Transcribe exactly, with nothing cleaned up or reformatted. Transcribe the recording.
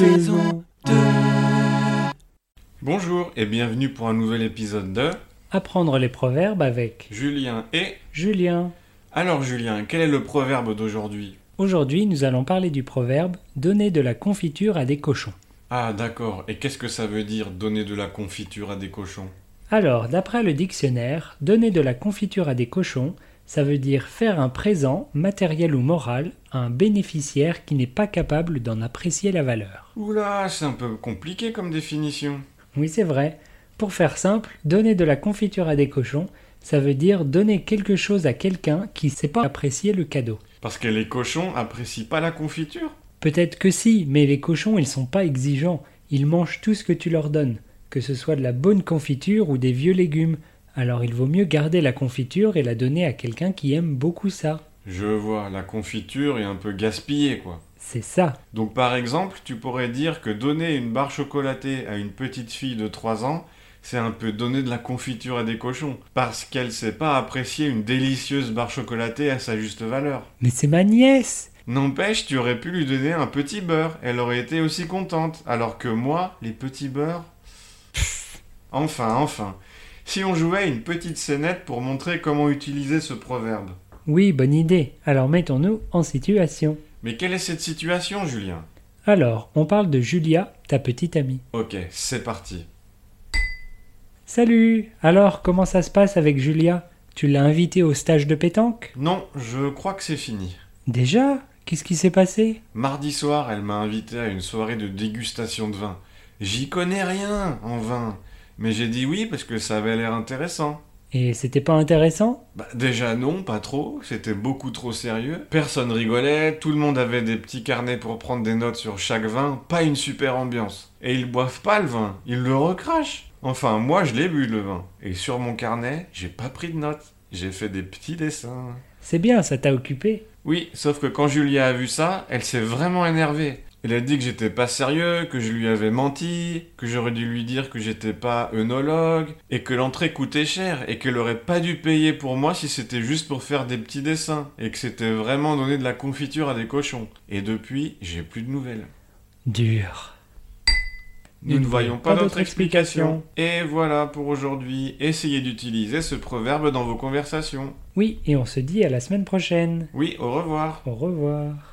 saison deux. Bonjour et bienvenue pour un nouvel épisode de Apprendre les proverbes avec Julien et... Julien. Alors Julien, quel est le proverbe d'aujourd'hui? Aujourd'hui, nous allons parler du proverbe « Donner de la confiture à des cochons ». Ah d'accord, et qu'est-ce que ça veut dire donner de la confiture à des cochons? Alors, d'après le dictionnaire, donner de la confiture à des cochons, ça veut dire faire un présent, matériel ou moral, à un bénéficiaire qui n'est pas capable d'en apprécier la valeur. Oula, c'est un peu compliqué comme définition. Oui, c'est vrai. Pour faire simple, donner de la confiture à des cochons, ça veut dire donner quelque chose à quelqu'un qui ne sait pas apprécier le cadeau. Parce que les cochons apprécient pas la confiture? Peut-être que si, mais les cochons, ils sont pas exigeants. Ils mangent tout ce que tu leur donnes, que ce soit de la bonne confiture ou des vieux légumes. Alors il vaut mieux garder la confiture et la donner à quelqu'un qui aime beaucoup ça. Je vois, la confiture est un peu gaspillée quoi. C'est ça. Donc par exemple, tu pourrais dire que donner une barre chocolatée à une petite fille de trois ans, c'est un peu donner de la confiture à des cochons, parce qu'elle sait pas apprécier une délicieuse barre chocolatée à sa juste valeur. Mais c'est ma nièce! N'empêche, tu aurais pu lui donner un petit beurre, elle aurait été aussi contente, alors que moi, les petits beurres... Enfin, enfin, si on jouait une petite scénette pour montrer comment utiliser ce proverbe. Oui, bonne idée. Alors mettons-nous en situation. Mais quelle est cette situation, Julien? Alors, on parle de Julia, ta petite amie. Ok, c'est parti. Salut! Alors, comment ça se passe avec Julia? Tu l'as invitée au stage de pétanque? Non, je crois que c'est fini. Déjà? Qu'est-ce qui s'est passé? Mardi soir, elle m'a invité à une soirée de dégustation de vin. J'y connais rien en vin, mais j'ai dit oui parce que ça avait l'air intéressant. Et c'était pas intéressant? Bah déjà non, pas trop, c'était beaucoup trop sérieux. Personne rigolait, tout le monde avait des petits carnets pour prendre des notes sur chaque vin, pas une super ambiance. Et ils boivent pas le vin, ils le recrachent. Enfin, moi je l'ai bu le vin, et sur mon carnet, j'ai pas pris de notes, j'ai fait des petits dessins. C'est bien, ça t'a occupé. Oui, sauf que quand Julia a vu ça, elle s'est vraiment énervée. Elle a dit que j'étais pas sérieux, que je lui avais menti, que j'aurais dû lui dire que j'étais pas œnologue, et que l'entrée coûtait cher, et qu'elle aurait pas dû payer pour moi si c'était juste pour faire des petits dessins, et que c'était vraiment donner de la confiture à des cochons. Et depuis, j'ai plus de nouvelles. Dur. Nous ne voyons pas d'autre explication. Et voilà pour aujourd'hui, essayez d'utiliser ce proverbe dans vos conversations. Oui, et on se dit à la semaine prochaine. Oui, au revoir. Au revoir.